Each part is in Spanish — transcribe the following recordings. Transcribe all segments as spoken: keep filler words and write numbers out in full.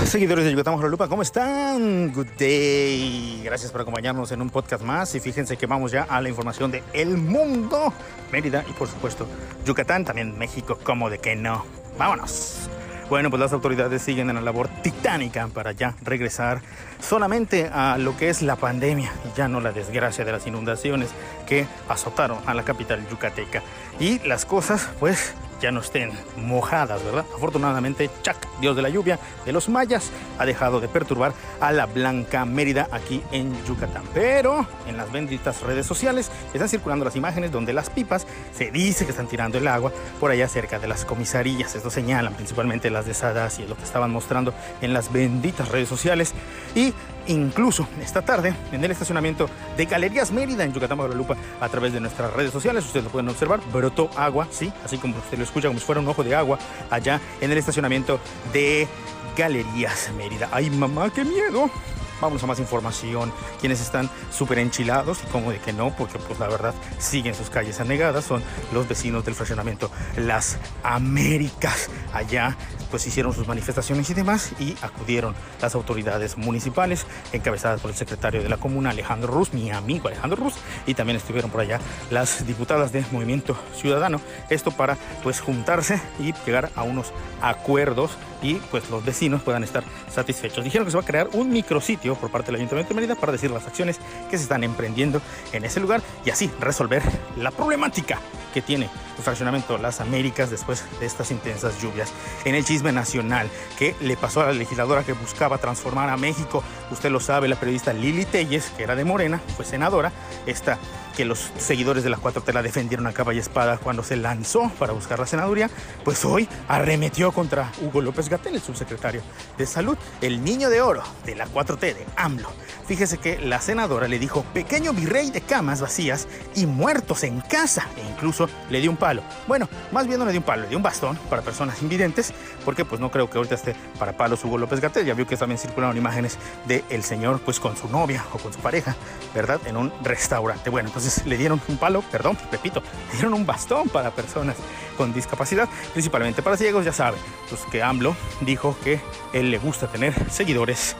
Seguidores de Yucatán Bajo la Lupa, ¿cómo están? Good day. Gracias por acompañarnos en un podcast más. Y fíjense que vamos ya a la información de El Mundo, Mérida y por supuesto Yucatán, también México, ¿cómo de que no? ¡Vámonos! Bueno, pues las autoridades siguen en la labor titánica para ya regresar solamente a lo que es la pandemia y ya no la desgracia de las inundaciones que azotaron a la capital yucateca. Y las cosas, pues, ya no estén mojadas, ¿verdad? Afortunadamente, Chac, dios de la lluvia de los mayas, ha dejado de perturbar a la Blanca Mérida aquí en Yucatán. Pero en las benditas redes sociales están circulando las imágenes donde las pipas se dice que están tirando el agua por allá cerca de las comisarías. Esto señalan principalmente las de Sadas y es lo que estaban mostrando en las benditas redes sociales. Y incluso esta tarde en el estacionamiento de Galerías Mérida en Yucatán Bajo la Lupa, a través de nuestras redes sociales, ustedes lo pueden observar, brotó agua, sí, así como usted lo escucha, como si fuera un ojo de agua allá en el estacionamiento de Galerías Mérida. ¡Ay, mamá, qué miedo! Vamos a más información. Quienes están súper enchilados y como de que no, porque pues la verdad siguen sus calles anegadas, son los vecinos del fraccionamiento Las Américas. Allá pues hicieron sus manifestaciones y demás y acudieron las autoridades municipales encabezadas por el secretario de la comuna, Alejandro Ruz, mi amigo Alejandro Ruz, y también estuvieron por allá las diputadas de Movimiento Ciudadano, esto para pues juntarse y llegar a unos acuerdos y pues los vecinos puedan estar satisfechos. Dijeron que se va a crear un micrositio por parte del Ayuntamiento de Mérida para decir las acciones que se están emprendiendo en ese lugar y así resolver la problemática que tiene el fraccionamiento Las Américas después de estas intensas lluvias. En el chisme nacional, ¿qué le pasó a la legisladora que buscaba transformar a México? Usted lo sabe, la periodista Lili Telles, que era de Morena, fue senadora, esta que los seguidores de la cuatro T la defendieron a capa y espada cuando se lanzó para buscar la senaduría, pues hoy arremetió contra Hugo López-Gatell, el subsecretario de Salud, el niño de oro de la cuatro T de AMLO. Fíjese que la senadora le dijo pequeño virrey de camas vacías y muertos en casa, e incluso le dio un palo. Bueno, más bien no le dio un palo, le dio un bastón para personas invidentes, porque pues no creo que ahorita esté para palos Hugo López-Gatell. Ya vio que también circularon imágenes del señor pues con su novia o con su pareja, ¿verdad? En un restaurante. Bueno, entonces le dieron un palo, perdón, repito, le dieron un bastón para personas con discapacidad, principalmente para ciegos. Ya sabe, pues que AMLO dijo que él le gusta tener seguidores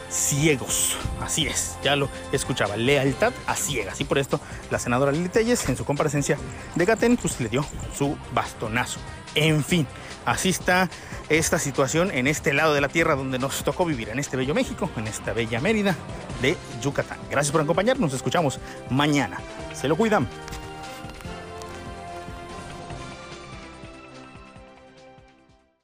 ciegos. Así es, ya lo escuchaba, lealtad a ciegas. Y por esto la senadora Lili Telles en su comparecencia de Gatell pues le dio su bastonazo. En fin, así está esta situación en este lado de la tierra donde nos tocó vivir, en este bello México, en esta bella Mérida de Yucatán. Gracias por acompañarnos, nos escuchamos mañana. Se lo cuidan.